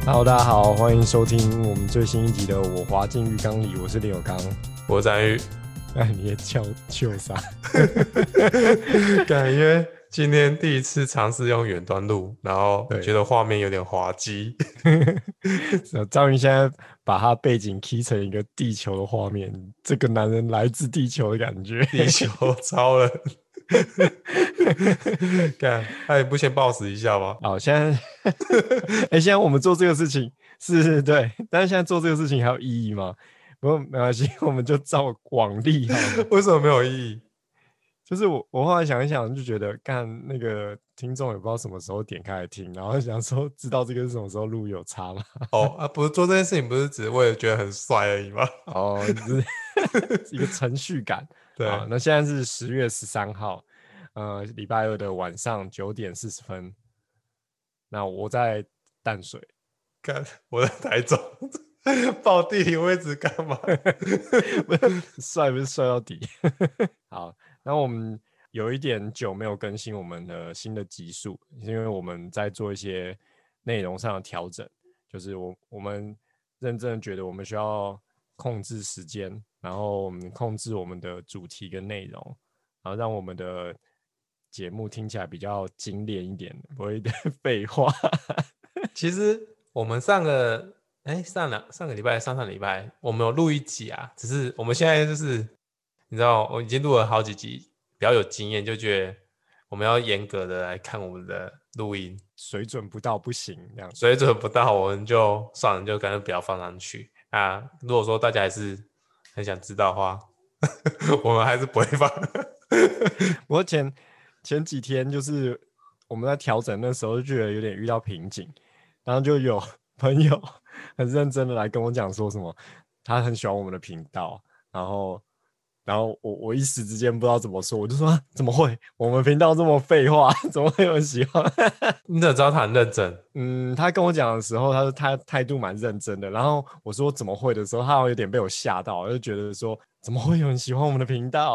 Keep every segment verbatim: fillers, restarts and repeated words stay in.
Hello，大家好，欢迎收听我们最新一集的《我滑进浴缸里》，我是林友刚， 我是展宇。 哎，你也叫秀啥？ 感觉今天第一次尝试用远端录，然后对觉得画面有点滑稽。 张宇现在把他背景 key 成一个地球的画面，这个男人来自地球的感觉。 地球超人，干，那你不先报时一下吗？ 好，现在，哎、现在我们做这个事情是是对，但是现在做这个事情还有意义吗？不过没关系，我们就照往例好了。 为什么没有意义？ 就是我，我后来想一想，就觉得干那个听众也不知道什么时候点开来听，然后想说知道这个是什么时候录有差吗？ 哦啊，不是做这件事情，不是只是为了觉得很帅而已吗？ 哦，就是一个程序感啊。 对， 那现在是十月十三号，呃，礼拜二的晚上九点四十分。那我在淡水， 干，我在台中，报地理位置干嘛？ 不是帅不是帅到底。好，那我们有一点久没有更新我们的新的集数，因为我们在做一些内容上的调整，就是我我们认真的觉得我们需要控制时间，然后我们控制我们的主题跟内容，然后让我们的节目听起来比较精炼一点，不会一堆废话。 其实我们上个哎上两上个礼拜上上礼拜我们有录一集啊，只是我们现在就是你知道我已经录了好几集，比较有经验，就觉得我们要严格的来看我们的录音， 水准不到不行，这样水准不到我们就算了，就干脆不要放上去啊。如果说大家还是很想知道的话，我们还是不会放。 不过前前几天就是我们在调整，那时候就觉得有点遇到瓶颈，然后就有朋友很认真的来跟我讲说什么，他很喜欢我们的频道，然后然后我我一时之间不知道怎么说，我就说、啊、怎么会我们频道这么废话，怎么会有人喜欢？ 你怎么知道他很认真？ 嗯，他跟我讲的时候，他说他态度蛮认真的。然后我说怎么会的时候，他好像有点被我吓到，就觉得说怎么会有人喜欢我们的频道？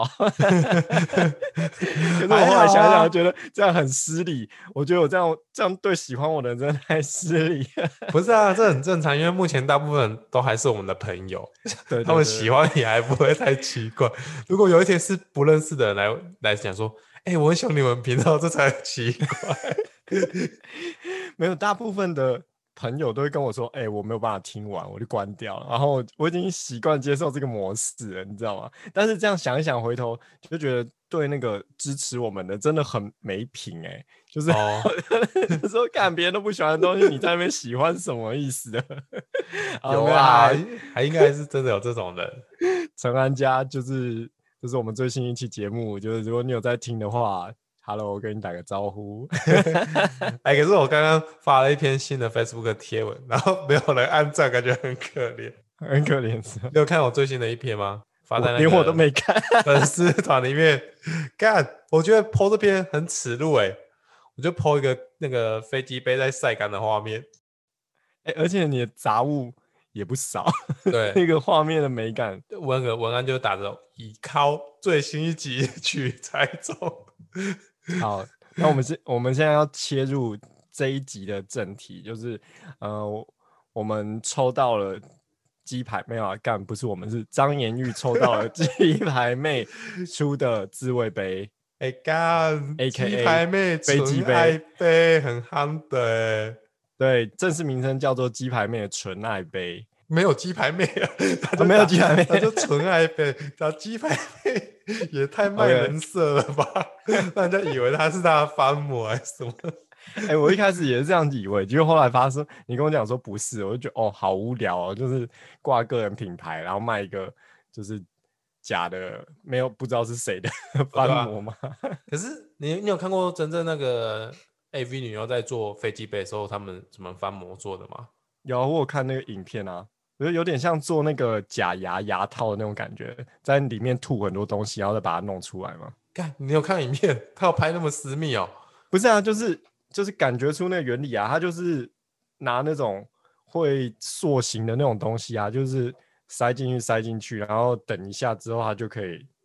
可是我后来想想，觉得这样很失礼。我觉得我这样这样对喜欢我的人真的太失礼。 不是啊，这很正常，因为目前大部分人都还是我们的朋友， 对对对他们喜欢你还不会太奇怪。如果有一天是不认识的人来来讲说，哎、欸，我很喜欢你们频道，这才奇怪。 没有，大部分的朋友都会跟我说：“哎、欸，我没有办法听完，我就关掉了。”然后我已经习惯接受这个模式了，你知道吗？但是这样想一想，回头就觉得对那个支持我们的真的很没品哎、欸，就是哦， 说看别人都不喜欢的东西，你在那边喜欢什么意思的？ 有啊，还应该是真的有这种人。 陈安家就是就是我们最新一期节目，就是如果你有在听的话。Hello，我跟你打个招呼。 哎，可是我刚刚发了一篇新的 Facebook 贴文，然后没有人按赞，感觉很可怜， 很可怜是吧？ 你有看我最新的一篇吗？发在那个连我都没看粉丝团里面。干，我觉得 po 这篇很耻辱哎，我就 po 一个那个飞机杯在晒干的画面。 欸、而且你的杂物也不少， 对， 那个画面的美感。 文个文案就打着已拷最新一集取材中。 好，那我们是，我们现在要切入这一集的正题，就是呃，我们抽到了鸡排，没有啊，干不是我们是张颜玉抽到了鸡排妹出的自慰杯， 哎干， A K A 鸡排妹飞机纯爱杯， 杯很夯的欸， 对，正式名称叫做鸡排妹的纯爱杯。 没有鸡排妹啊，他就、 哦、没有鸡排妹， 他就纯爱杯，然后鸡排妹也太卖人色了吧， okay. 让人家以为他是他的翻模还是什么。 哎、欸，我一开始也是这样以为，结果后来发生，你跟我讲说不是，我就觉得哦，好无聊哦，就是挂个人品牌，然后卖一个就是假的，没有不知道是谁的翻模吗？ 啊、可是你你有看过真正那个 A V 女优在做飞机杯的时候，他们怎么翻模做的吗？ 有，我有看那个影片啊，我觉得有点像做那个假牙牙套的那种感觉，在里面吐很多东西，然后再把它弄出来嘛。 干，你有看影片？他有拍那么私密哦？ 不是啊，就是就是感觉出那个原理啊，他就是拿那种会塑形的那种东西啊，就是塞进去塞进去，然后等一下之后它就可以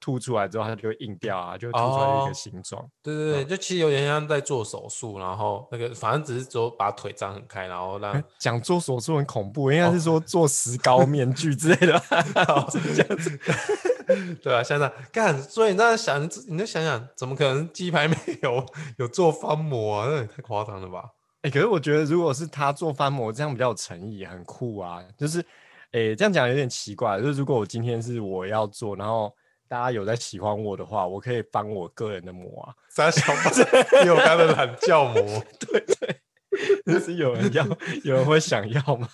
吐出来之后，它就会硬掉啊，就会吐出来一个形状。哦、 对对对，嗯、就其实有点像在做手术，然后那个反正只是说把腿张很开，然后让讲做手术很恐怖，应该是说做石膏面具之类的，哦、这样子。 对啊，像这样干，所以你这样想，你就想想，怎么可能鸡排妹有有做翻模啊？那也太夸张了吧！ 哎、欸，可是我觉得如果是他做翻模，这样比较有诚意，很酷啊。就是，哎、欸，这样讲有点奇怪。就是如果我今天是我要做，然后大家有在喜欢我的话，我可以翻我个人的模啊。 傻小子，你有刚的懒觉模？ 对对，就是有人要，有人会想要吗？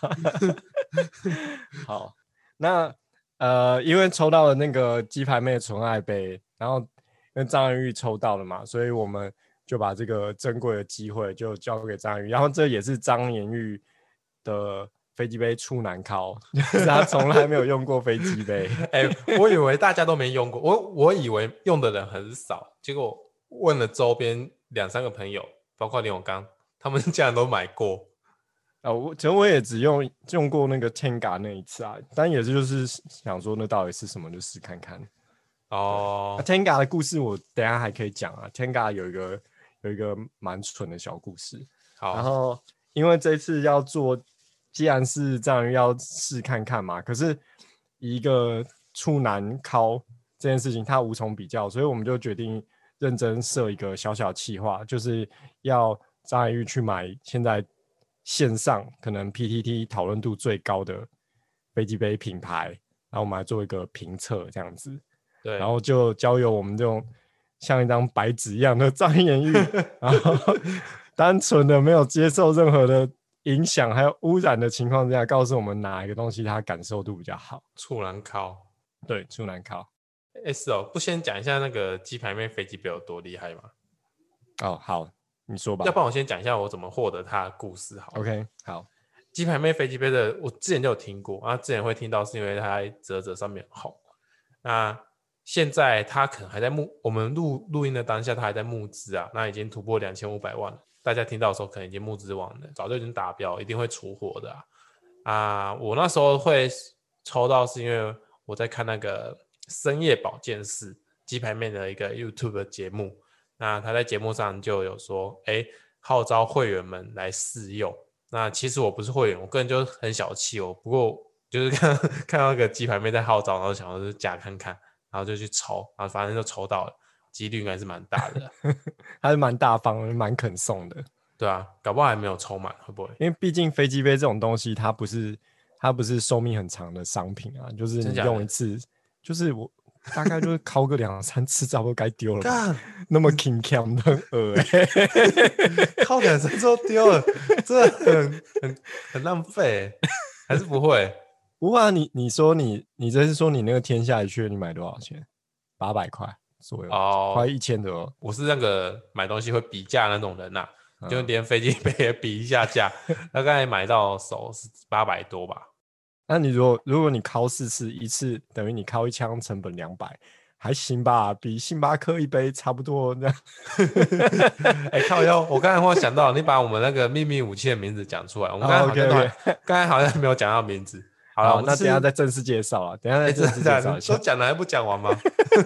好，那。呃，因为抽到了那个鸡排妹的纯爱杯，然后因为张元玉抽到了嘛，所以我们就把这个珍贵的机会就交给张元玉。然后这也是张元玉的飞机杯处男考，就是他从来没有用过飞机杯。 哎欸，我以为大家都没用过，我我以为用的人很少，结果问了周边两三个朋友，包括林永刚，他们竟然都买过。 啊、我其实我也只用用过那个 Tenga 那一次啊，但也是就是想说那到底是什么，就试看看。哦、啊、，Tenga 的故事我等一下还可以讲啊。Tenga 有一个有一个蛮蠢的小故事。 好， 然后因为这次要做，既然是这样要试看看嘛，可是一个处男考这件事情它无从比较，所以我们就决定认真设一个小小企划，就是要张海玉去买现在线上可能 P T T 讨论度最高的飞机杯品牌，然后我们来做一个评测这样子。 对， 然后就交由我们这种像一张白纸一样的张颜玉，然后单纯的没有接受任何的影响还有污染的情况之下，告诉我们哪一个东西它感受度比较好。 处男考， 对，处男考。 哎、欸，是哦，不先讲一下那个鸡排妹飞机杯有多厉害吗？ 哦，好，你说吧。 要不然我先讲一下我怎么获得它的故事好了。 OK， 好。 鸡排妹飞机杯的，我之前就有听过，然后之前会听到是因为它在嘖嘖上面很红。那现在它可能还在募，我们录录音的当下，它还在募资啊，那已经突破两千五百万了。大家听到的时候，可能已经募资完了，早就已经达标，一定会出货的啊。啊，我那时候会抽到，是因为我在看那个深夜保健室鸡排妹的一个 YouTube 的节目，那他在节目上就有说，哎，号召会员们来试用。那其实我不是会员，我个人就很小气哦，不过就是看看到那个鸡排妹在号召，然后想要就是假看看。然后就去抽，然后反正就抽到了，几率应该是蛮大的。 还是蛮大方的，蛮肯送的。 对啊，搞不好还没有抽满，会不会？ 因为毕竟飞机杯这种东西，它不是它不是寿命很长的商品啊，就是你用一次，就是我大概就是敲个两三次，差不多该丢了吧。那么 king cam 的很恶哎， 敲两三次就丢了，这很很很浪费，还是不会？ 不过、啊、你你说你你这是说你那个天下一缺你买多少钱？八百块左右，哦，快一千多。 我是那个买东西会比价那种人呐、啊嗯，就连飞机杯也比一下价，大概买到手是八百多吧。 那你如果如果你敲四次，一次等于你敲一枪成本两百，还行吧，比星巴克一杯差不多这样。 哎、欸，靠腰！我刚才忽然想到，你把我们那个秘密武器的名字讲出来，我们刚才好像、oh, okay, okay. 刚才好像没有讲到名字。好了， 好，那等一下再正式介绍啊，等一下再正式介绍一下。 都讲了还不讲完吗？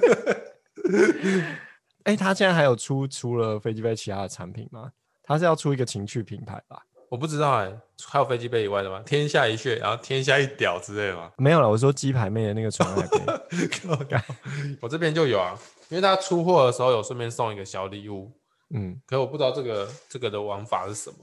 哎、欸，他现在还有出除了飞机杯其他的产品吗？他是要出一个情趣品牌吧？ 我不知道哎、欸，还有飞机杯以外的吗？天下一穴，然后天下一屌之类的吗？ 没有了，我说鸡排妹的那个纯爱杯。 我这边就有啊，因为他出货的时候有顺便送一个小礼物，嗯，可是我不知道这个这个的玩法是什么。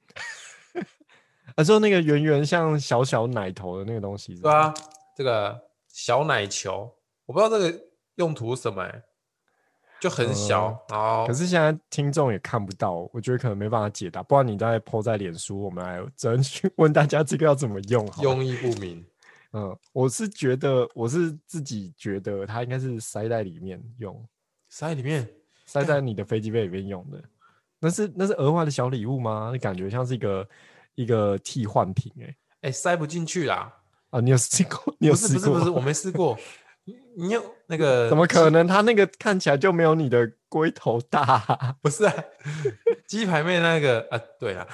啊，说那个圆圆像小小奶头的那个东西是， 对啊，这个小奶球，我不知道这个用途是什么、欸，就很小、呃、然后可是现在听众也看不到，我觉得可能没办法解答，不然你再 po 在脸书，我们来争取问大家这个要怎么用好。 用意不明。 嗯，我是觉得，我是自己觉得它应该是塞在里面用， 塞里面， 塞在你的飞机杯里面用的。那是那是额外的小礼物吗？感觉像是一个一个替换品哎、欸， 哎、欸，塞不进去啦！ 啊，你有试过？你有试过？ 不是不是不是，我没试过。你有那个？ 怎么可能？他那个看起来就没有你的龟头大、啊。 不是啊，鸡排妹那个啊，对啊，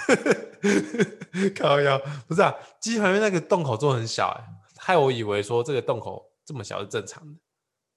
靠腰不是啊，鸡排妹那个洞口做很小哎、欸，害我以为说这个洞口这么小是正常的。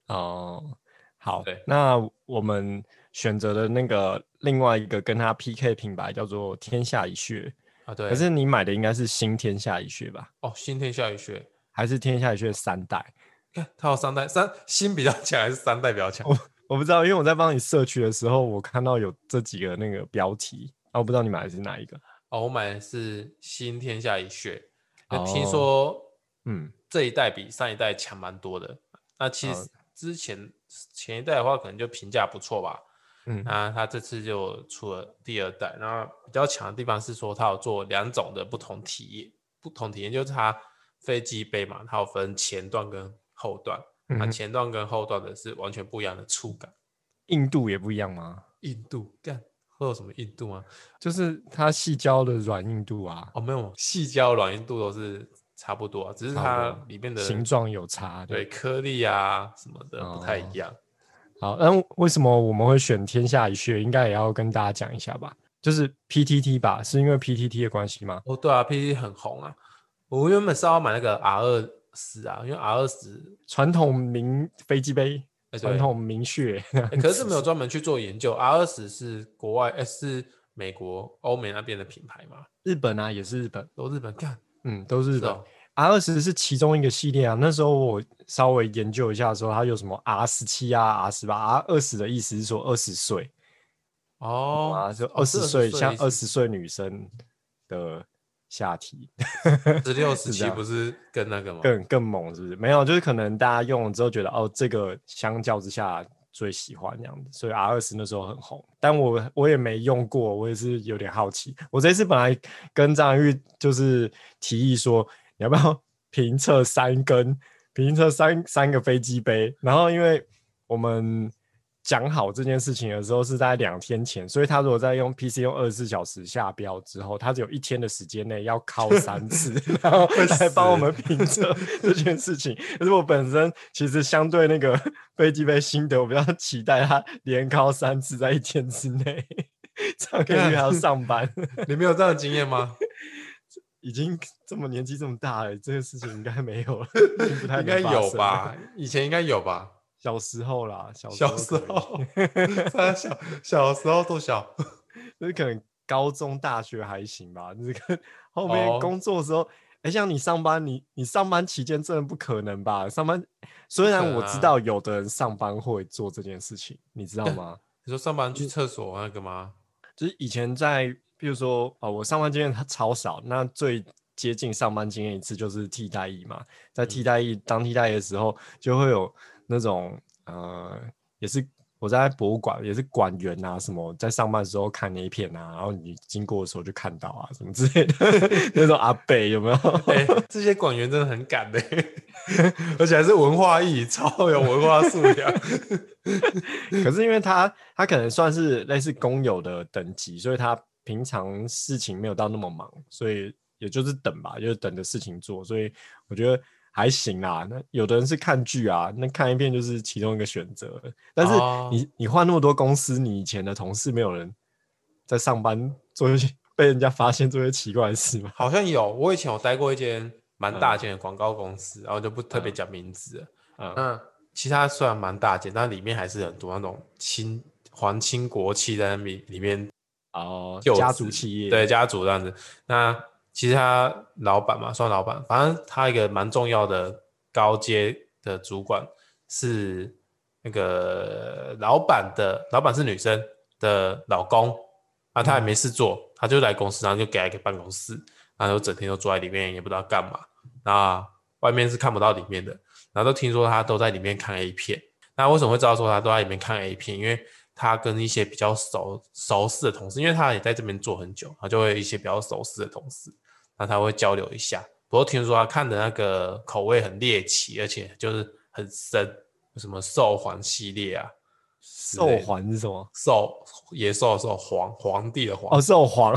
哦，好， 对那我们选择的那个另外一个跟它 P K 品牌叫做天下一穴， 啊，对可是你买的应该是新天下一穴吧？ 哦，新天下雨雪， 还是天下一穴三代？ 看它有三代，三新比较强还是三代比较强？ 我我不知道，因为我在帮你社区的时候，我看到有这几个那个标题，啊，我不知道你买的是哪一个。 哦，我买的是新天下一血，那听哦， 说嗯， 这一代比上一代强蛮多的。那其呃， 实之前前一代的话，可能就评价不错吧。 嗯， 那他这次就出了第二代，然后比较强的地方是说，它有做两种的不同体验，不同体验就是它飞机杯嘛，它有分前段跟后段，那嗯哼， 前段跟后段的是完全不一样的触感。 硬度也不一样吗？ 硬度干会有什么硬度吗？ 就是它细胶的软硬度啊， 哦，没有，细胶软硬度都是差不多啊，只是它差不多， 里面的形状有差这样。 对颗粒啊什么的不太一哦， 样。 好，那为什么我们会选天下一穴？应该也要跟大家讲一下吧。就是 P T T 吧，是因为 P T T 的关系吗？ 哦，对啊，P T 很红啊。我原本是要买那个 R 二十啊，因为 R 二十， 传统名飞机杯， 哎对， 传统名穴那哎， 样可是没有子。 专门去做研究。R 二十是国外，哎是美国、欧美那边的品牌嘛？ 日本啊，也是日本。 都日本干， 嗯，都是日本。 是哦， R 二十是其中一个系列啊。那时候我稍微研究一下的时候，它有什么 R 十七啊、R 十八、R 二十的意思是说二十岁哦啊，就哦是二十二十岁，像岁的意思， 二十岁女生的下体， 十六、十是这样。 七不是跟那个吗？ 更更猛是不是？没有，就是可能大家用了之后觉得哦，这个相较之下最喜欢这样子，所以 R 二十那时候很红，但我我也没用过，我也是有点好奇。我这次本来跟张玉就是提议说，你要不要评测三根，评测三三个飞机杯，然后因为我们讲好这件事情的时候是在两天前，所以他如果在用 P C 用二十四小时下标之后，他只有一天的时间内要敲三次，然后会来帮我死。 们评测这件事情。可是我本身其实相对那个飞机杯心得，我比较期待他连敲三次在一天之内，这样可以因为干， 还要上班。 你没有这样的经验吗？ 已经这么年纪这么大了，这个事情应该没有了，已经不太能应该发生了。 有吧？以前应该有吧？ 小时候啦，小时小时候可以。 候，他小小时候多小？ 就是可能高中、大学还行吧，就是跟后面哦， 工作的时候，哎、欸，像你上班，你你上班期间真的不可能吧？上班不虽然我知可能啊！ 道有的人上班会做这件事情，你知道吗？ 你说上班去厕所那个吗？ 就是以前在，比如说，哦，我上班经验超少，那最接近上班经验一次就是替代役嘛，在替嗯， 代役当替代役的时候，就会有那种呃，也是我在博物馆，也是馆员啊，什么在上班的时候看 A 片啊，然后你经过的时候就看到啊，什么之类的那种阿北有没有？ 哎、这些馆员真的很敢的、而且还是文化艺，超有文化素养。 可是因为他他可能算是类似工友的等级，所以他平常事情没有到那么忙，所以也就是等吧，就是等着事情做，所以我觉得还行啦。那有的人是看剧啊，那看一遍就是其中一个选择。但是哦， 你你换那么多公司，你以前的同事没有人在上班做一些被人家发现做一些奇怪的事吗？ 好像有，我以前有待过一间蛮大嗯间的广告公司，然后就不特别嗯讲名字了。 嗯， 那其他虽然蛮大间，但里面还是很多那种亲皇亲国戚在那里里面哦，家族就职， 企业， 对家族这样子。那其实他老板嘛，算老板，反正他一个蛮重要的高阶的主管是那个老板的，老板是女生的老公，啊，他也没嗯， 事做，他就来公司，然后就给他一个办公室，然后就整天都坐在里面，也不知道干嘛。那外面是看不到里面的，然后都听说他都在里面看 A 片。那为什么会知道说他都在里面看 A 片？因为他跟一些比较熟熟识的同事，因为他也在这边做很久，他就会有一些比较熟识的同事，那他会交流一下。不过听说他看的那个口味很猎奇，而且就是很深，有什么兽环系列啊之寿类的， 环是什么？ 兽野兽的兽，皇皇帝的皇， 哦，寿环。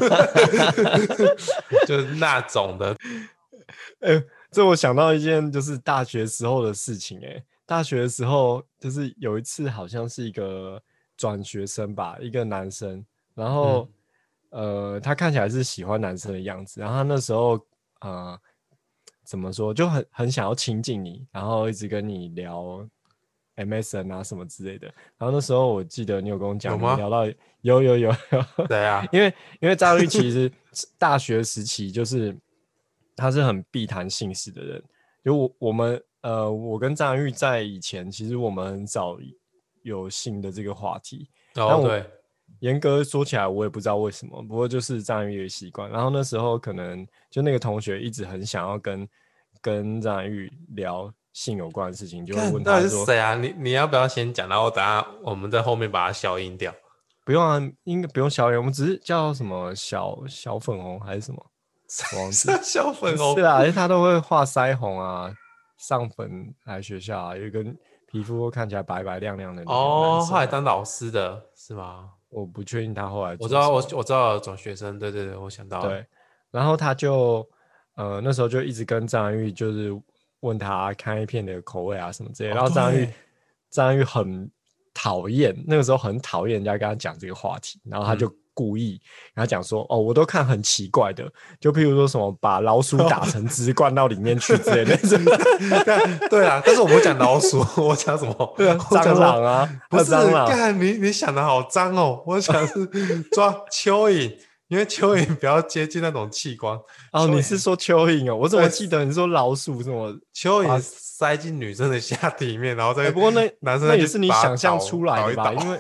就是那种的。 哎、这我想到一件就是大学时候的事情、欸。哎，大学的时候就是有一次好像是一个转学生吧，一个男生，然嗯， 后呃，他看起来是喜欢男生的样子，然后他那时候呃怎么说，就很很想要亲近你，然后一直跟你聊 M S N 啊什么之类的。然后那时候我记得你有跟我讲， 有吗？ 聊到有有有有， 对啊， 因为因为张玉其实大学时期就是他是很避谈姓氏的人，就我我们呃我跟张玉在以前其实我们很少有性的这个话题，但我哦对， 严格说起来我也不知道为什么，不过就是张玉的习惯。然后那时候可能就那个同学一直很想要跟跟张玉聊性有关的事情，就会看到底是问他说。 谁啊？你你要不要先讲，然后等下我们在后面把它消音掉？ 不用啊，应该不用小脸，我们只是叫什么小小粉红还是什么，我忘记。 小粉红是啊，因为他都会画腮红啊，上粉来学校啊，有一个皮肤看起来白白亮亮的那个男哦，后生啊， 来当老师的是吗？ 我不确定他后来我知道，我做什么。 我知道转学生，对对对，我想到了。 对，然后他就呃那时候就一直跟张玉就是问他看 A 片的口味啊什么之类的， 哦， 然后张玉对， 张玉很讨厌，那个时候很讨厌人家跟他讲这个话题，然后他就嗯， 故意跟他讲说，哦，我都看很奇怪的，就譬如说什么把老鼠打成汁灌到里面去之类的， 对对啊，但是我不讲老鼠，我讲什么？ 对啊， 我讲蟑螂说啊， 不是， 还有蟑螂。 干你你想的好脏哦，我想是抓蚯蚓，因为蚯蚓比较接近那种器官， 哦， 蚯蚓你是说蚯蚓哦？我怎么对记得你说老鼠什么？ 蚯蚓塞进女生的下体里面，然后哎、 再不过那男生再去那也是你把它想象倒出来的吧？ 倒一倒。 因为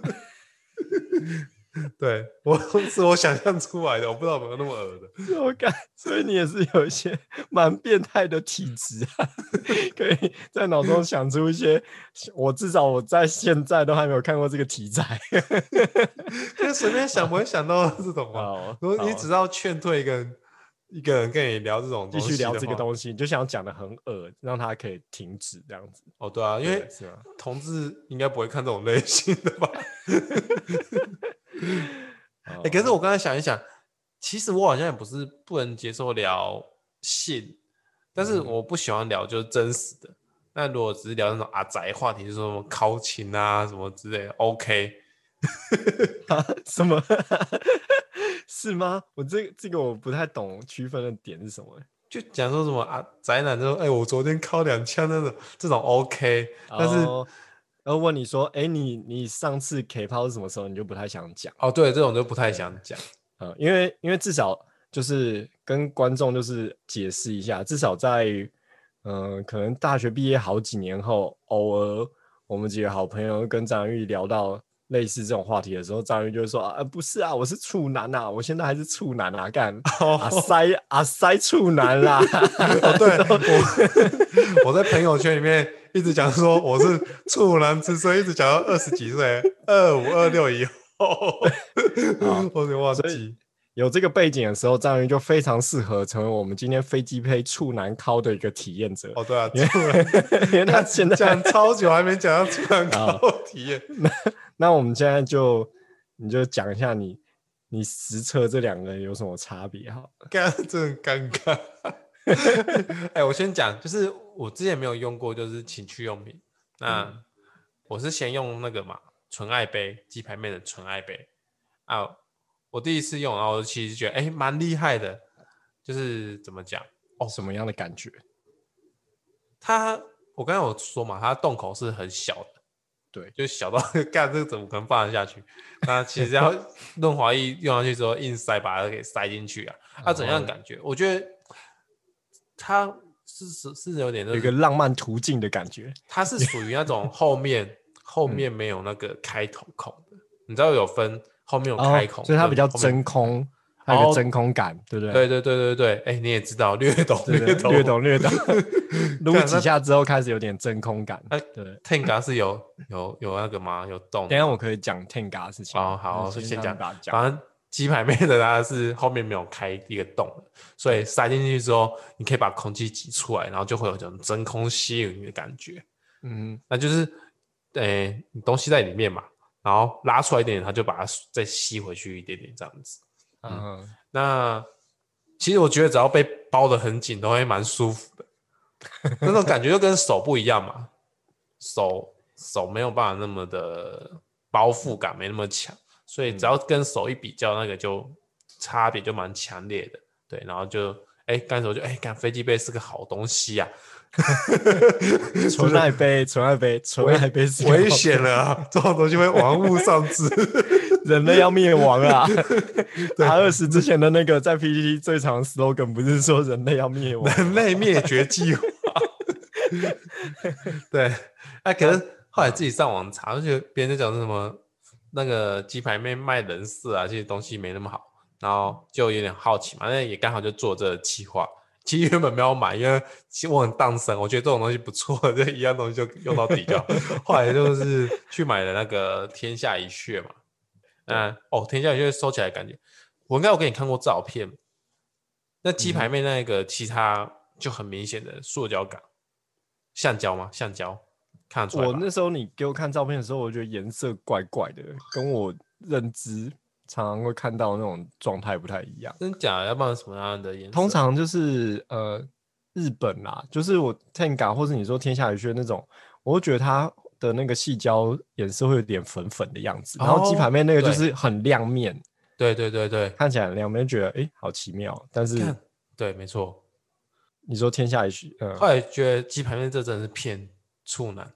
对我是我想象出来的，我不知道有没有那么恶的。 我感，所以你也是有一些蛮变态的体质啊，可以在脑中想出一些，我至少我在现在都还没有看过这个题材。 就随便想不会想到这种嘛。 好， 如果你好只要劝退一个人一个人跟你聊这种东继续聊西的话， 这个东西，你就想讲的很恶，让他可以停止这样子。 哦对啊，因为对，是吗？ 同志应该不会看这种类型的吧？哎、欸，可是哦， 我刚才想一想，其实我好像也不是不能接受聊性，但是嗯我不喜欢聊就是真实的。那如果只是聊那种阿宅话题，就是说什么靠情啊什么之类的，OK。 啊，什么？是吗？我这这个我不太懂区分的点是什么。 就讲说什么啊，宅男就说，哎、欸，我昨天敲两枪那种，这种 OK，但是哦，然后问你说，哎，你你上次 K 炮是什么时候？你就不太想讲。 哦，对，这种就不太想讲。 嗯，因为因为至少就是跟观众就是解释一下，至少在嗯、呃可能大学毕业好几年后，偶尔我们几个好朋友跟张玉聊到类似这种话题的时候，张玉就会说啊，不是啊，我是处男啊，我现在还是处男啊，干哦啊塞啊塞处男啦。 哦，对我我在朋友圈里面一直讲说我是处男之孙，一直讲到二十几岁，二五二六以后，我有点忘记。 有这个背景的时候，张宇就非常适合成为我们今天飞机杯处男考的一个体验者。 哦，对啊， 因为处男， 因为他现在讲超久还没讲到处男考体验。 那那我们现在就你就讲一下你你实测这两个人有什么差别好了。 干，这很尴尬。哎、欸，我先讲，就是我之前没有用过，就是情趣用品。那、嗯、我是先用那个嘛，纯爱杯，鸡排妹的纯爱杯啊。我第一次用，然后我其实觉得哎蛮厉害的，就是怎么讲哦，什么样的感觉？ 它我刚才有说嘛，它洞口是很小的， 对， 就小到干这个怎么可能放得下去？那其实要润滑液用上去之后，硬塞把它给塞进去啊，它、啊、怎样的感觉？我觉得它是是是有点、就是、 有一个浪漫途径的感觉， 它是属于那种后面后面没有那个开头孔的，你知道有分。后面有开孔、 哦，所以它比较真空，它有个真空感，对不对？ 对对对对对，哎，你也知道，略懂略懂略懂略懂。撸几下之后开始有点真空感。 哎， 对 ，Tenga 是有有有那个吗？有洞？ 等一下我可以讲 Tenga 的事情。 哦，好，就先讲。 反正鸡排妹的它是后面没有开一个洞的，所以塞进去之后，你可以把空气挤出来，然后就会有这种真空吸引的感觉。嗯，那就是，哎，你东西在里面嘛。然后拉出来一点点，它就把它再吸回去一点点，这样子。嗯， uh-huh. 那其实我觉得只要被包得很紧，都会蛮舒服的。那种感觉就跟手不一样嘛，手手没有办法那么的包覆感没那么强，所以只要跟手一比较，那个就差别就蛮强烈的。对，然后就哎，刚才我就哎，看飞机杯是个好东西啊。 纯爱杯，纯爱杯，纯爱杯是危险了啊！这种东西会往物丧志， 人类要灭亡啊对 ！R 二十之前的那个在 P T T 最长的 slogan 不是说人类要灭亡， 人类灭绝计划。对，哎、可是后来自己上网查，就觉得别人就讲是什么那个鸡排妹卖人设啊，这些东西没那么好，然后就有点好奇嘛，那也刚好就做这个企划。其实原本没有买，因为其实我很当生，我觉得这种东西不错，就一样东西就用到底就好。后来就是去买了那个天下一穴嘛，嗯，哦，天下一穴收起来感觉，我应该有给你看过照片，那鸡排妹那个其他就很明显的塑胶感，橡胶吗？橡胶看得出来吧？ 我那时候你给我看照片的时候，我觉得颜色怪怪的，跟我认知常常会看到那种状态不太一样。 真假的？要不然什么样的颜色？ 通常就是呃日本啦，就是我 Tenga 或是你说天下雨靴那种，我会觉得它的那个细胶颜色会有点粉粉的样子， 哦、 然后鸡排妹那个就是很亮面， 对对对对， 看起来很亮面，就觉得哎、欸、好奇妙。但是对，没错。 你说天下雨靴，呃， 后来觉得鸡排妹这真的是骗处男。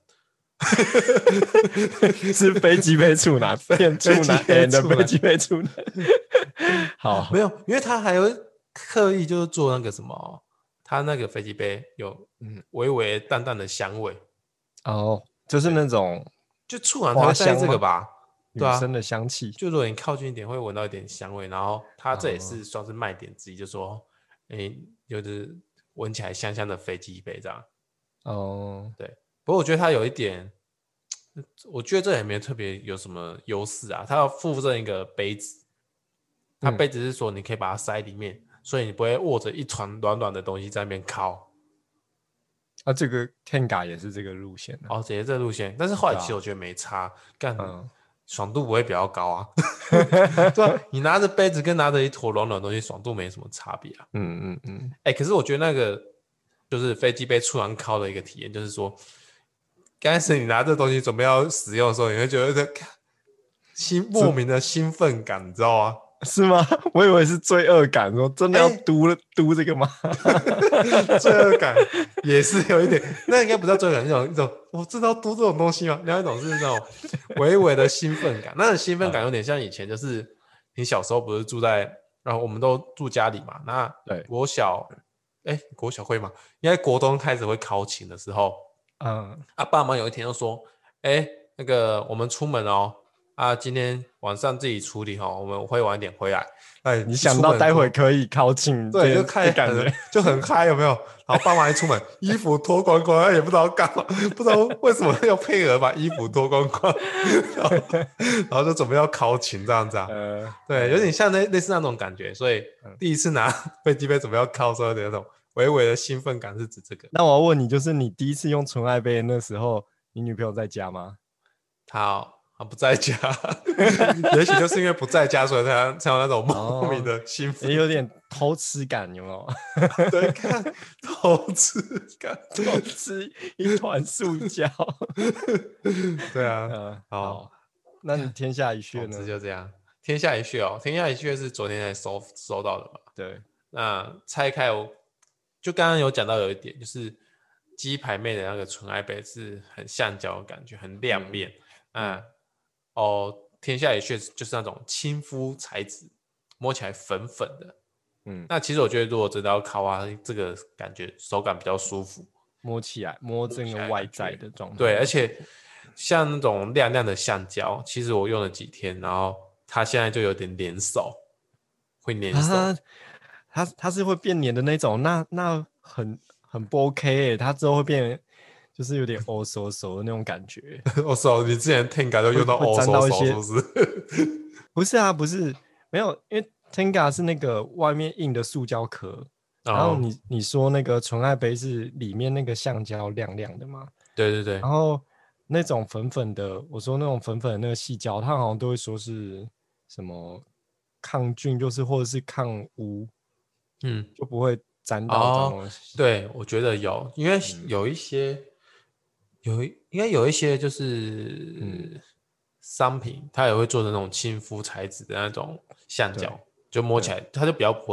是飞机杯处男，骗处男 and 飞机杯处男。好， 没有，因为他还有刻意就是做那个什么，他那个飞机杯有嗯微微淡淡的香味。 哦，就是那种就处男才会在意这个吧？对啊， 女生的香气。 就如果你靠近一点，会闻到一点香味。然后它这也是算是卖点之一，就说，哎，就是闻起来香香的飞机杯这样。 哦， 对。不过我觉得它有一点，我觉得这也没有特别有什么优势啊。它要附赠一个杯子，它杯子是说你可以把它塞里面，嗯、所以你不会握着一团软软的东西在那边烤。 啊，这个 Tenga 也是这个路线的、 啊、哦，也是这个路线。但是后来其实我觉得没差，干、 嗯、 爽度不会比较高啊。对啊，你拿着杯子跟拿着一坨软软的东西，爽度没什么差别啊。 嗯嗯嗯。 哎、欸，可是我觉得那个就是飞机杯突然烤的一个体验，就是说，刚开始你拿这东西准备要使用的时候，你会觉得这兴莫名的兴奋感，你知道吗？ 是吗？我以为是罪恶感，说真的要嘟了、欸、嘟这个吗？ 罪恶感也是有一点，那应该不叫罪恶感，一种一种我知道嘟这种东西吗？另外一种是那种微微的兴奋感，那种兴奋感有点像以前，就是你小时候不是住在，然后我们都住家里嘛，那国小，哎、欸，国小会吗？应该国中开始会考勤的时候，嗯，啊，爸妈有一天就说，哎、欸，那个我们出门哦。啊，今天晚上自己处理哈，我们会晚一点回来。哎， 你想到待会可以靠近， 对，就开感觉就很嗨，有没有？然后爸妈一出门，衣服脱光光，也不知道干嘛，不知道为什么要配合把衣服脱光光，然后, 然后就准备要考勤这样子啊。呃、对，有点像那类似那种感觉。所以第一次拿飞机杯准备要考的时候，有点那种微微的兴奋感，是指这个。 那我要问你，就是你第一次用纯爱杯那时候，你女朋友在家吗？ 她他不在家，也许就是因为不在家，所以才才有那种莫名的兴奋， 也、哦、有点偷吃感，有没有？ 对，看偷吃感， 偷吃一团塑胶。 对啊， 呃、好, 好，那你天下一穴呢？ 总之就这样，天下一穴哦，天下一穴是昨天才收收到的嘛？ 对， 那拆开我就刚刚有讲到有一点，就是鸡排妹的那个纯爱杯是很橡胶的感觉，很亮面，嗯。嗯哦，天下一穴就是那种亲肤材质，摸起来粉粉的。嗯，那其实我觉得，如果真的要烤啊，这个感觉手感比较舒服， 摸起来摸这个外在的状态。 对，而且像那种亮亮的橡胶，其实我用了几天，然后它现在就有点黏手，会黏手。 啊、它它是会变黏的那种，那那很很不 OK 耶，它之后会变。就是有点欧手手的那种感觉。 欧手，你之前 Tenga 都用到欧手手，是不是？ 不是啊，不是，没有，因为 Tenga 是那个外面硬的塑胶壳，哦、然后你你说那个纯爱杯是里面那个橡胶亮亮的嘛？ 对对对。 然后那种粉粉的，我说那种粉粉的那个细胶，它好像都会说是什么抗菌，就是或者是抗污，嗯，就不会沾到脏东西。 哦、对，我觉得有，因为有一些。嗯有应该有一些就是商品，它也会做的那种亲肤材质的那种橡胶，就摸起来它就比较不会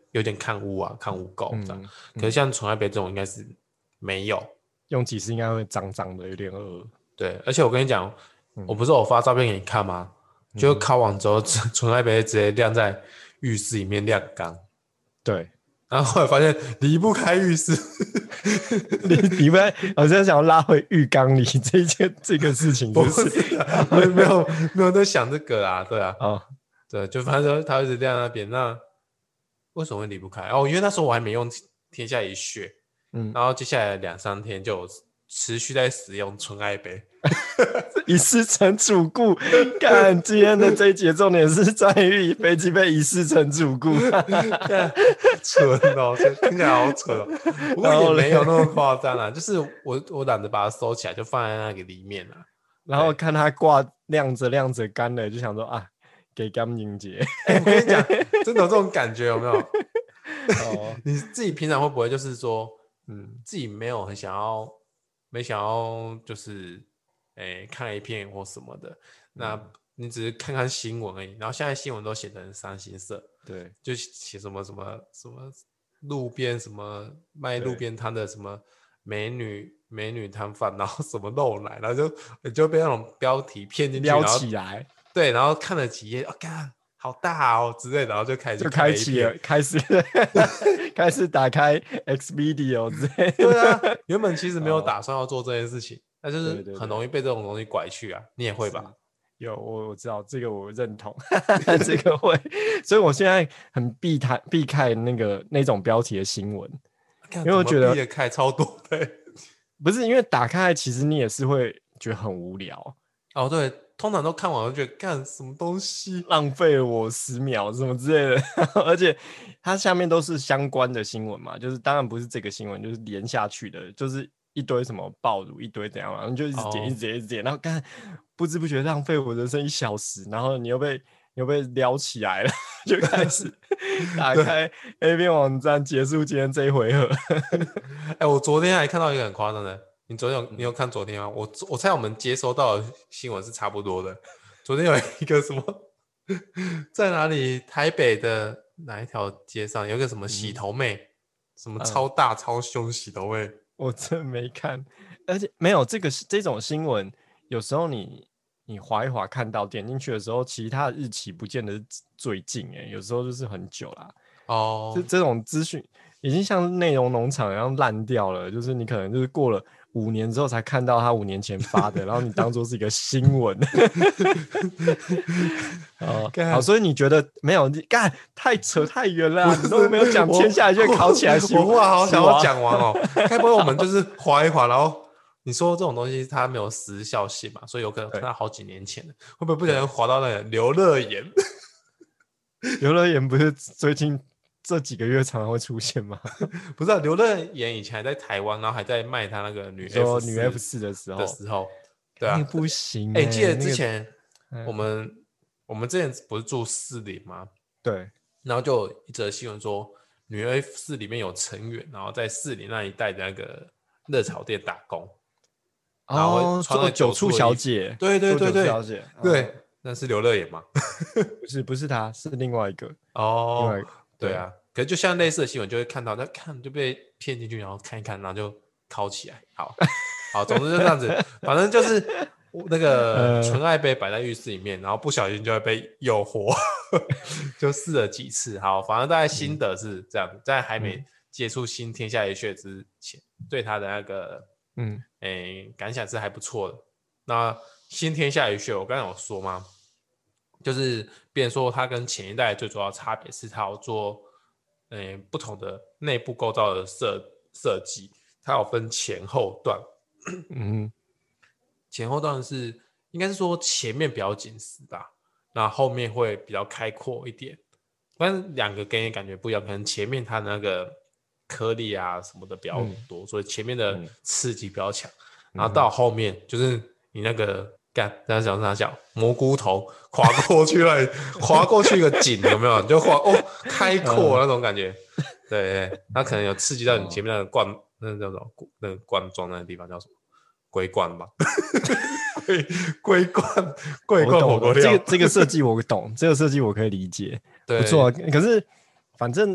有点看污啊，看污垢这样。 嗯可是像纯爱杯这种应该是没有， 用几次应该会脏脏的，有点恶。 对，而且我跟你讲， 嗯我不是有发照片给你看吗？就烤完之后，纯爱杯直接晾在浴室里面晾干。 对， 然后后来发现离不开浴室， 你你们好像想要拉回浴缸里这一件这个事情， 不就是是啊，没有没有没有在想这个啦，对啊， 哦， 对，就反正他一直晾在那边，那为什么会离不开？哦，因为那时候我还没用天下一穴， 嗯， 然后接下来两三天就持续在使用纯爱杯， 一世成主顾。看今天的这一节重点是在于飞机被一世成主顾， 蠢哦，听起来好蠢哦。不过也没有那么夸张啦，就是我我懒得把它收起来，就放在那个里面啦。 然后看它挂晾着晾着干了，就想说啊，给干净节。 哎、我跟你讲，真的有这种感觉有没有？ 哦， 你自己平常会不会就是说， 嗯， 自己没有很想要，没想要就是，哎，看 A 片或什么的，那你只是看看新闻而已。然后现在新闻都写得很伤心色， 对， 就写什么什么什么路边什么卖路边摊的什么美女美女摊贩，然后什么露奶，然后就你就被那种标题骗进去， 撩然后起来， 对，然后看了几页，哦，干好大哦之类的，然后就开始就看开启了，开始开始打开 X video 之类的。 对啊，原本其实没有哦打算要做这件事情，那就对对对是很容易被这种东西拐去啊。你也会吧？ 有，我我知道这个，我认同，这个会，所以我现在很避开避开那个那种标题的新闻， 因为我觉得避得开超多的。 不是因为打开，其实你也是会觉得很无聊。 哦，对，通常都看完就觉得干什么东西， 浪费了我十秒什么之类的，而且它下面都是相关的新闻嘛，就是当然不是这个新闻，就是连下去的，就是一堆什么暴乳，一堆怎样嘛，然后就一直点、 哦、 一直点一直点，然后干不知不觉浪费我人生一小时，然后你又被你又被撩起来了，就开始打开 A 片网站结束今天这一回合。 哎，我昨天还看到一个很夸张的，你昨天有、 嗯、 你有看昨天吗？我我猜我们接收到的新闻是差不多的。昨天有一个什么，在哪里？台北的哪一条街上有一个什么洗头妹，嗯、什么超大、嗯、超凶洗头妹？ 我真没看，而且没有这个这种新闻，有时候你你滑一滑看到点进去的时候，其他的日期不见得是最近哎、欸，有时候就是很久啦。 哦， 这这种资讯已经像内容农场一样烂掉了，就是你可能就是过了五年之后才看到他五年前发的，然后你当作是一个新闻。哦，好，所以你觉得没有？你干太扯太远了、啊，你都没有讲天下一卷考起来。 我话好想要讲完哦，该不会我们就是滑一滑，然后你说这种东西它没有时效性嘛，所以有可能看到好几年前的，会不会不小心滑到那个刘乐言？ 刘乐言不是最近这几个月常常会出现吗？ 不是、啊，刘乐言以前还在台湾，然后还在卖他那个女 F 四女 F 四的时候的时候，对啊， 不行、欸。 哎、欸，记得之前、 那個、 我们、嗯、我们之前不是住士林吗？ 对， 然后就有一则新闻说，女 F 四里面有成员，然后在士林那一带的那个热炒店打工， 哦、 然后穿了酒醋小姐， 对对对对， 小姐， 对。 哦那是刘乐言吗？ 不是，不是他，是另外一个。 哦， 另外一个对, 对啊，可是就像类似的新闻，就会看到，那看就被骗进去，然后看一看，然后就拷起来。好，好，总之就这样子，反正就是那个纯爱杯摆在浴室里面，然后不小心就会被诱惑，就试了几次。好，反正大概心得是这样，在还没接触新天下一穴之前，对他的那个嗯，诶，感想是还不错的。那新天下一穴，我刚才有说吗？就是别人说它跟前一代最主要的差别是它有做、呃、不同的内部构造的设设计，它有分前后段。嗯，前后段是应该是说前面比较紧实吧，那后面会比较开阔一点。但是两个给你感觉不一样，可能前面它的那个颗粒啊什么的比较多，嗯、所以前面的刺激比较强、嗯，然后到后面就是你那个。干，这样想，这样想，蘑菇头滑过去了，滑过去一个井，有没有？就滑哦，开阔那种感觉。嗯、对对，它可能有刺激到你前面那个冠，哦、那叫什么？那个冠状那个地方叫什么？龟冠吧？龟龟冠，龟冠火锅料。 这个这个设计我懂，这个设计我可以理解，不错。可是反正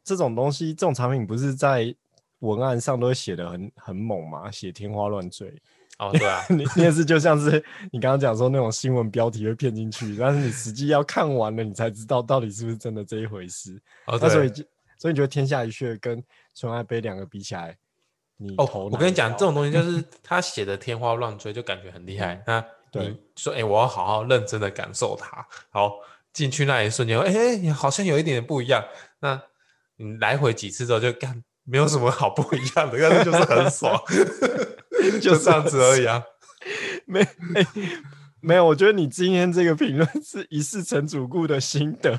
这种东西，这种产品不是在文案上都会写的很很猛嘛，写天花乱坠。 哦，对啊， 你你也是就像是你刚刚讲说那种新闻标题会骗进去，但是你实际要看完了，你才知道到底是不是真的这一回事。 哦， 那所以对， 所以你觉得天下一穴跟纯爱杯两个比起来，你哦， 投哪我跟你讲， 一票这种东西就是他写的天花乱坠，就感觉很厉害。 嗯那对你说，哎、我要好好认真的感受它，好进去那一瞬间，哎、欸，好像有一点点不一样。那你来回几次之后就干，没有什么好不一样的，但是就是很爽， 就就是这样子而已啊。 没、欸、没有，我觉得你今天这个评论是一世成主顾的心得，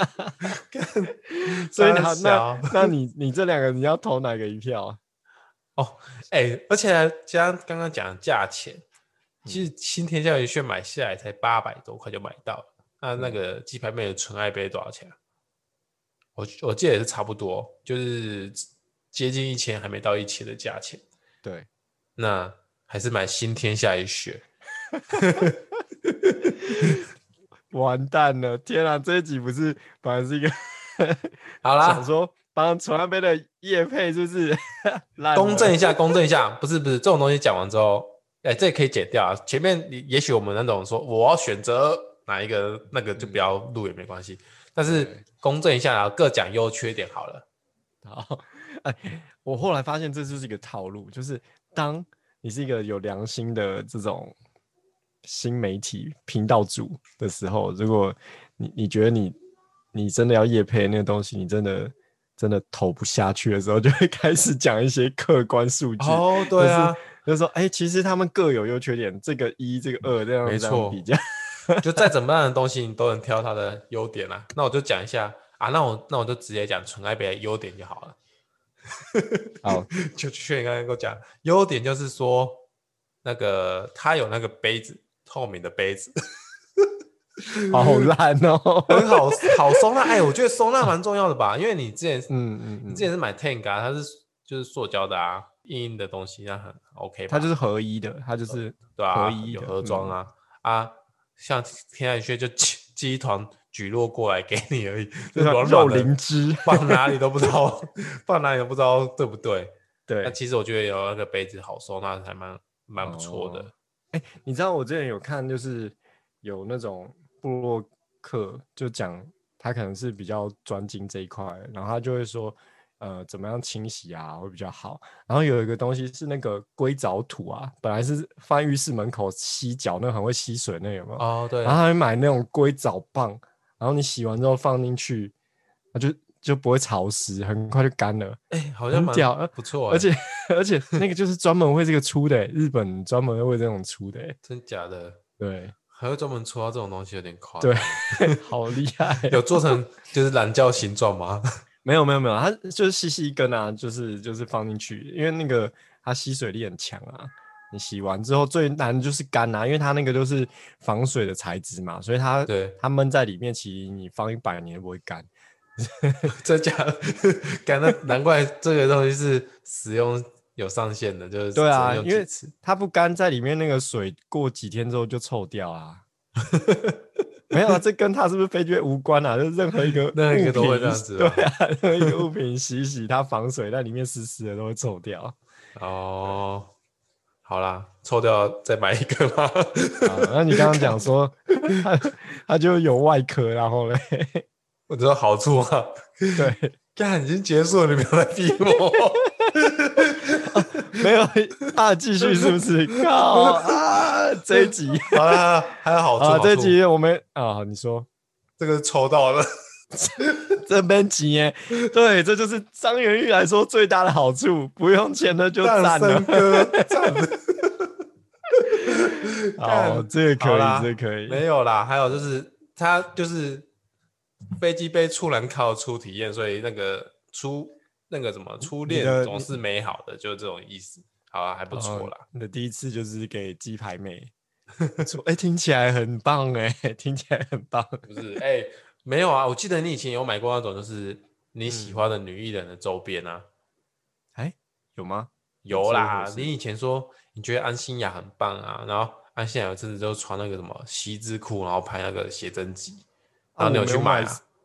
所以好，那那你你这两个你要投哪个一票？ 哦，哎、欸，而且加刚刚讲的价钱，其实嗯新天下一轩买下来才八百多块就买到了。那那嗯个鸡排妹的纯爱杯多少钱啊？我我记得也是差不多，就是接近一千，还没到一千的价钱。 对， 那还是买新天下一雪。 完蛋了！天啊，这一集不是本来是一个好啦， 想说帮纯爱杯的业配，是不是？ 公正一下，公正一下，不是不是，这种东西讲完之后，哎、欸，这也可以剪掉啊。前面也许我们那种说我要选择哪一个，那个就不要录也没关系。但是公正一下，然后各讲优缺点好了。 好，哎，我后来发现这就是一个套路，就是当你是一个有良心的这种新媒体频道主的时候，如果你你觉得你你真的要业配那个东西，你真的真的投不下去的时候，就会开始讲一些客观数据。 哦，对啊， 就是就是说，哎、欸，其实他们各有优缺点，这个一，这个二，这样这样比较。 就再怎么样的东西，你都能挑它的优点啊。那我就讲一下啊，那我那我就直接讲纯爱杯的优点就好了。 好， 就去你刚才跟我讲，优点就是说，那个它有那个杯子，透明的杯子。 好烂哦， 很好好收纳。哎，我觉得收纳蛮重要的吧，因为你之前嗯嗯嗯， 你之前是买 Tank 啊，它是就是塑胶的啊，硬硬的东西，那很 OK 吧？ 它就是合一的，它就是对啊， 合一的， 有盒装啊、 嗯、 啊，像天然穴就寄一团举落过来给你而已， 就软肉软的， 灵芝放哪里都不知道，放哪里都不知道对不对？ 对， 那其实我觉得有那个杯子好收纳，还蛮蛮不错的。 哎、哦欸，你知道我之前有看，就是有那种部落客就讲他可能是比较专精这一块，然后他就会说，呃，怎么样清洗啊会比较好。然后有一个东西是那个硅藻土啊，本来是放浴室门口吸脚，那个很会吸水那个有没有？ 哦，对。 然后他会买那种硅藻棒，然后你洗完之后放进去，它就就不会潮湿，很快就干了。 哎、欸，好像蛮不错、欸， 而且而且那个就是专门为这个出的、欸，日本专门为这种出的、欸， 真假的？ 对。 还会专门出到这种东西，有点夸张。 对，好厉害、喔！ 有做成就是懒觉形状吗？ 没有没有没有，它就是细细一根啊，就是就是放进去，因为那个它吸水力很强啊。你洗完之后最难的就是干啊，因为它那个就是防水的材质嘛，所以它对它闷在里面，其实你放一百年都不会干。 真假的？干那难怪这个东西是使用有上限的，就是对啊，因为它不干在里面，那个水过几天之后就臭掉啊。没有啊，这跟它是不是飞机无关啊，就是任何一个任何一个都会这样子。 对啊，任何一个物品洗一洗，它防水，在里面湿湿的都会臭掉。 哦，好啦，臭掉再买一个吧。 啊，那你刚刚讲说它它就有外壳，然后嘞， 我知道好处啊。 对， 干已经结束了，你不要再逼我。 啊、没有，啊，继续是不是？靠啊！这一集好啦，还有好处啊， 好这一集我们啊，你说这个抽到了， 这边集耶，对，这就是张元玉来说最大的好处，不用钱的就赞了， 赞了。 好，这个可以，这个可以， 没有啦，还有就是它就是飞机杯出栏靠初体验，所以那个初那个什么初恋总是美好的，就是这种意思。好啊，还不错啦。 你的第一次就是给鸡排妹，哎、欸，听起来很棒哎、欸，听起来很棒。 不是哎、欸，没有啊，我记得你以前有买过那种就是你喜欢的女艺人的周边啊。 哎、嗯欸，有吗？ 有啦，你以前说你觉得安心亚很棒啊，然后安心亚有阵子就穿那个什么西之裤，然后拍那个写真集，然后你有去买啊？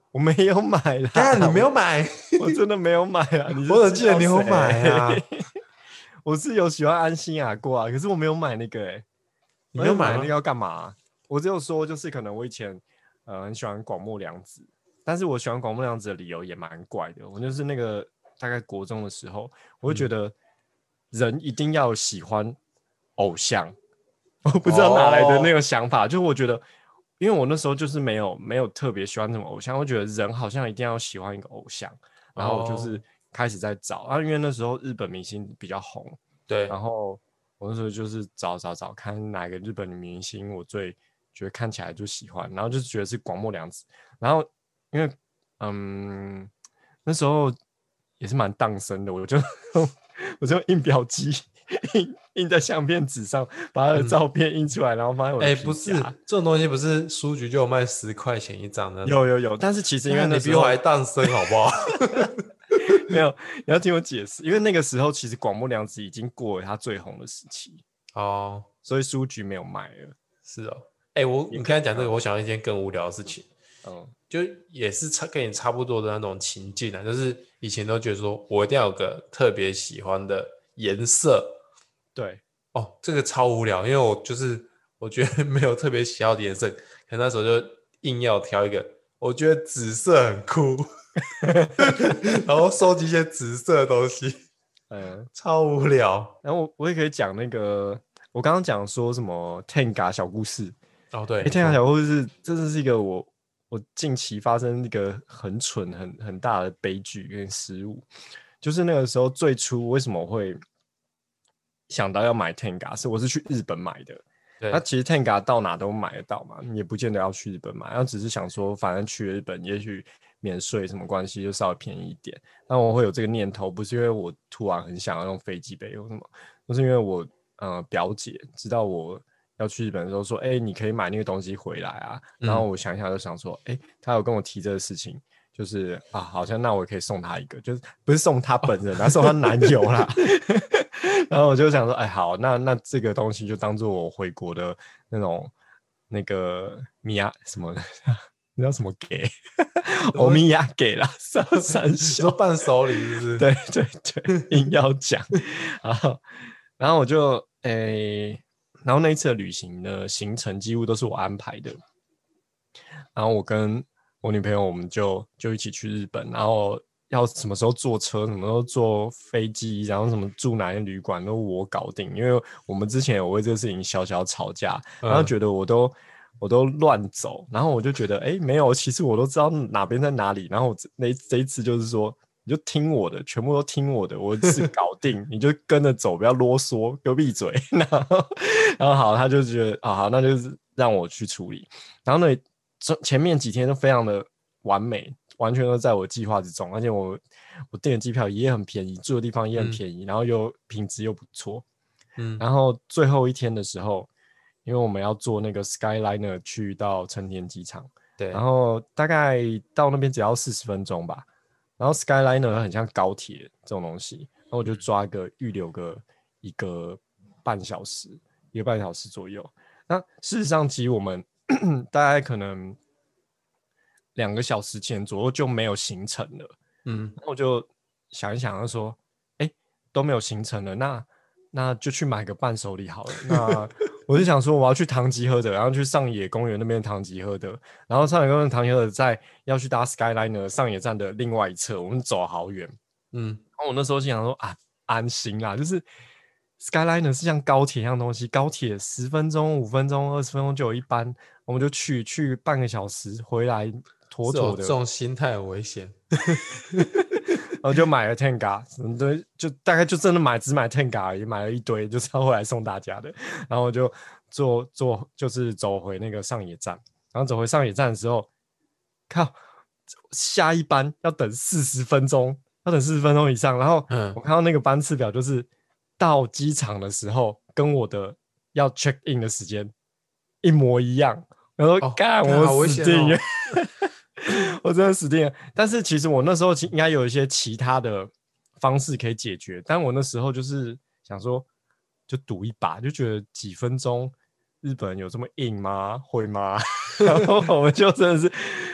我没有买啦。 但你没有买？ 我, 我真的没有买啊！你我怎么记得你有买啊？ 我是有喜欢安心亚过啊，可是我没有买那个哎、欸。 你没有买那个要干嘛、啊？我只有说就是可能我以前呃很喜欢广末凉子，但是我喜欢广末凉子的理由也蛮怪的。我就是那个大概国中的时候，我会觉得人一定要喜欢偶像，我不知道哪来的那个想法，哦、就我觉得，因为我那时候就是没有没有特别喜欢什么偶像，我觉得人好像一定要喜欢一个偶像，然后我就是开始在找、哦、啊，因为那时候日本明星比较红， 对， 然后我那时候就是找找找看哪个日本女明星我最觉得看起来就喜欢，然后就是觉得是广末凉子，然后因为嗯那时候也是蛮荡生的，我就我就印表机印印在相片纸上，把他的照片印出来，嗯、然后放在我的皮夹。 哎、欸，不是这种东西，不是书局就有卖十块钱一张的？ 有有有，但是其实因为那你比我还荡生，好不好？ 没有，你要听我解释，因为那个时候其实广末凉子已经过了他最红的时期哦，所以书局没有卖了。 是哦，哎、欸，我你刚才讲这个，我想到一件更无聊的事情，嗯，就也是差跟你差不多的那种情境啊，就是以前都觉得说我一定要有个特别喜欢的颜色， 对， 哦，这个超无聊，因为我就是我觉得没有特别喜好的颜色，可能那时候就硬要挑一个，我觉得紫色很酷。然后收集一些紫色的东西，嗯，超无聊。 然后 我, 我也可以讲那个，我刚刚讲说什么 Tenga 小故事哦，对、 欸、，Tenga 小故事真的是一个我我近期发生一个很蠢、很很大的悲剧跟失误，就是那个时候最初为什么会想到要买 Tenga， 是我是去日本买的。那其实 Tenga 到哪都买得到嘛，你也不见得要去日本买，然后只是想说，反正去日本也许免税什么关系，就稍微便宜一点。那我会有这个念头，不是因为我突然很想要用飞机杯或什么，就是因为我呃表姐知道我要去日本的时候说，哎、欸，你可以买那个东西回来啊。然后我想一想就想说，哎、欸，她有跟我提这个事情。就是啊，好像那我也可以送她一个，就是不是送她本人，而、哦、送她男友啦。然后我就想说，哎，好，那那这个东西就当做我回国的那种那个米亚什么，你知道什么给？欧米亚给啦，三三小， 说伴手礼是不是？ 对对对，硬要讲。然后然后我就诶，然后那一次的旅行的行程几乎都是我安排的。然后我跟我女朋友我们就就一起去日本，然后要什么时候坐车，什么时候坐飞机，然后什么住哪间旅馆都我搞定，因为我们之前有为这个事情小小吵架，然后觉得我都、嗯、我都乱走，然后我就觉得哎没有，其实我都知道哪边在哪里，然后我那这一次就是说你就听我的，全部都听我的，我是搞定，你就跟着走，不要啰嗦，给我闭嘴。然后然后好，他就觉得啊好，那就是让我去处理，然后呢。前面几天都非常的完美，完全都在我计划之中，而且我我订的机票也很便宜，住的地方也很便宜，嗯、然后又品质又不错，嗯，然后最后一天的时候，因为我们要坐那个 Skyliner 去到成田机场，对，然后大概到那边只要四十分钟吧，然后 Skyliner 很像高铁这种东西，然后我就抓个预留个一个半小时，一个半小时左右。那事实上，其实我们大概可能两个小时前左右就没有行程了，嗯，然后我就想一想，就说，哎、欸，都没有行程了，那那就去买个伴手礼好了。那我就想说，我要去唐吉诃德，然后去上野公园那边唐吉诃德，然后上野公园唐吉诃德在要去搭 Skyliner 上野站的另外一侧，我们走好远，嗯，然后我那时候心想说啊，安心啦，就是。Skyliner 是像高铁一样东西，高铁十分钟、五分钟、二十分钟就有一班，我们就去去半个小时，回来妥妥的。 这种心态很危险， 然后就买了 Tenga， 对，就大概就真的买只买 Tenga 而已，买了一堆，就是要回来送大家的。然后我就坐坐就是走回那个上野站，然后走回上野站的时候，靠，下一班要等四十分钟，要等四十分钟以上。然后我看到那个班次表就是。到机场的时候，跟我的要 check in 的时间一模一样。然后干、哦，我死定了，哦、我真的死定了。但是其实我那时候应该有一些其他的方式可以解决，但我那时候就是想说，就赌一把，就觉得几分钟日本有这么硬吗？会吗？然后我们就真的是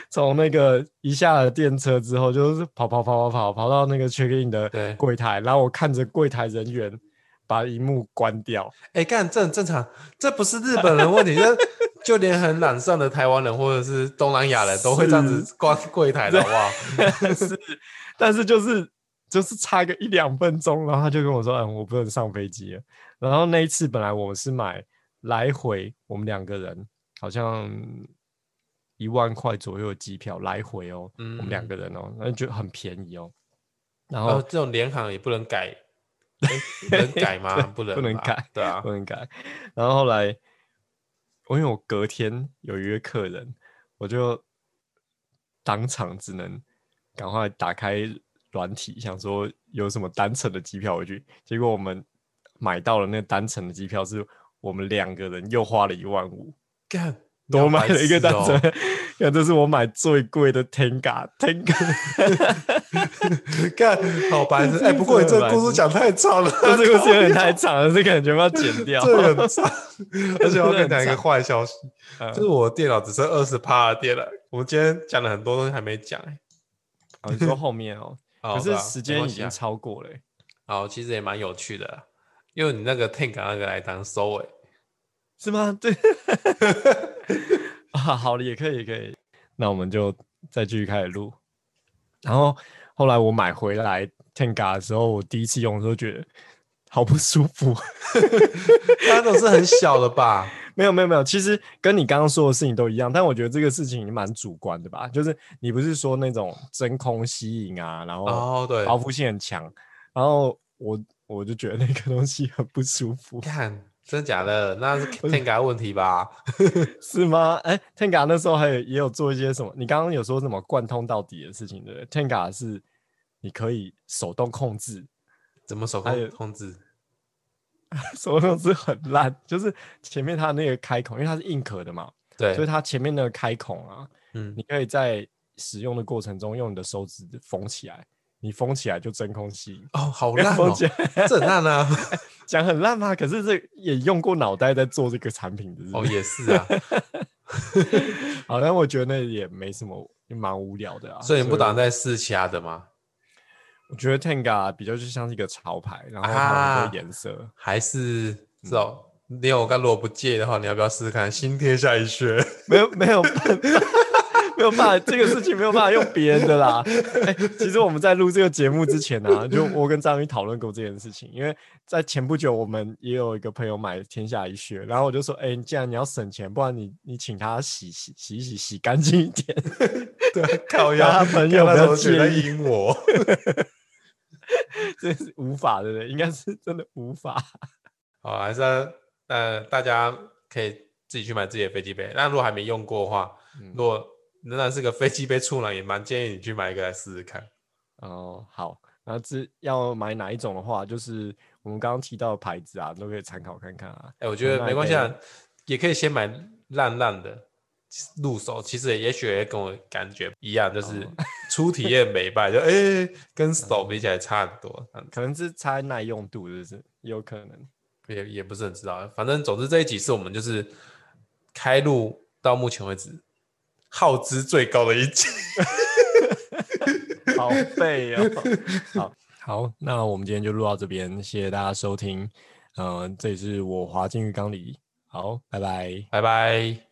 从那个一下了电车之后，就是跑跑跑跑跑跑到那个 check in 的对柜台，然后我看着柜台人员把荧幕关掉。 哎，干这很正常，这不是日本人问题，这就连很懒散的台湾人或者是东南亚人都会这样子关柜台的，好不好？ 是，但是就是就是差个一两分钟，然后他就跟我说：“嗯，我不能上飞机了。”然后那一次本来我们是买来回，我们两个人好像一万块左右的机票来回哦，嗯、我们两个人哦，那就很便宜哦。然后、 哦、这种联航也不能改，能改吗？不能， 不能改， 对啊， 不能改。然后后来，我因为我隔天有约客人，我就当场只能赶快打开软体，想说有什么单程的机票回去。结果我们买到了那个单程的机票，是我们两个人又花了一万五， 干多买了一个单程。 哦、 看，这是我买最贵的 Tenga Tenga， 干好白痴！哎、欸，不过你这个故事讲太长了， 这个故事有点太长了，这感觉要剪掉。 这很长，而且我要跟你讲一个坏消息，就是我的电脑只剩二十趴的电了。我们今天讲了很多东西还没讲哎、 欸。哦，你说后面哦，可是时间已经超过了、欸。 好，其实也蛮有趣的啦，因为你那个 Tenga 那个来当收尾、欸， 是吗？对。啊，好了，也可以，也可以。那我们就再继续开始录。然后后来我买回来 Tenga 的时候，我第一次用的时候觉得好不舒服。 它都是很小的吧？ 没有没有没有，其实跟你刚刚说的事情都一样，但我觉得这个事情蛮主观的吧。就是你不是说那种真空吸引啊，然后包覆性很强，哦、然后我我就觉得那个东西很不舒服。 看。真的假的？那是 Tenga 问题吧？ 是吗？哎、欸、，Tenga 那时候还有也有做一些什么？你刚刚有说什么贯通到底的事情，对不对 ？Tenga 是你可以手动控制， 怎么手动控制？ 手动控制很烂，就是前面它那个开孔，因为它是硬壳的嘛， 对， 所以它前面那个开孔啊， 嗯， 你可以在使用的过程中用你的手指封起来。你封起来就真空吸引哦，好烂哦，这很烂啊！ 讲很烂吗？可是这也用过脑袋在做这个产品的是不是？ 哦，也是啊。 好像我觉得那也没什么，蛮无聊的啊。 所以你不打算再试其他的吗？ 我觉得 Tenga 比较就像是一个潮牌，然后它有很多颜色， 啊、还是是哦。嗯、你有刚如果不介意的话，你要不要试试看新天下一穴？ 没有没有办法。没有办法，这个事情没有办法用别人的啦。欸、其实我们在录这个节目之前啊，就我跟张宇讨论过这件事情，因为在前不久我们也有一个朋友买天下一穴，然后我就说，哎、欸，既然你要省钱，不然你你请他洗洗洗洗洗干净一点。 对，靠腰， 他朋友不要介意阴我， 这是无法对不对？应该是真的无法。 好，还是呃大家可以自己去买自己的飞机杯。那如果还没用过的话，嗯、如果仍然是个飞机杯处男，也蛮建议你去买一个来试试看。 哦，好，那这要买哪一种的话，就是我们刚刚提到的牌子啊，都可以参考看看啊。 哎、欸，我觉得没关系啊，也可以先买烂烂的入手，其实也许也跟我感觉一样，就是初体验美败，就哎、欸、跟手比起来差很多， 可能是差耐用度，是不是？也有可能， 也也不是很知道。反正总之这一集是我们就是开录到目前为止耗资最高的一集。 好废哦。好好，那我们今天就录到这边，谢谢大家收听。嗯、呃，这里是我滑进浴缸里，好，拜拜， 拜拜。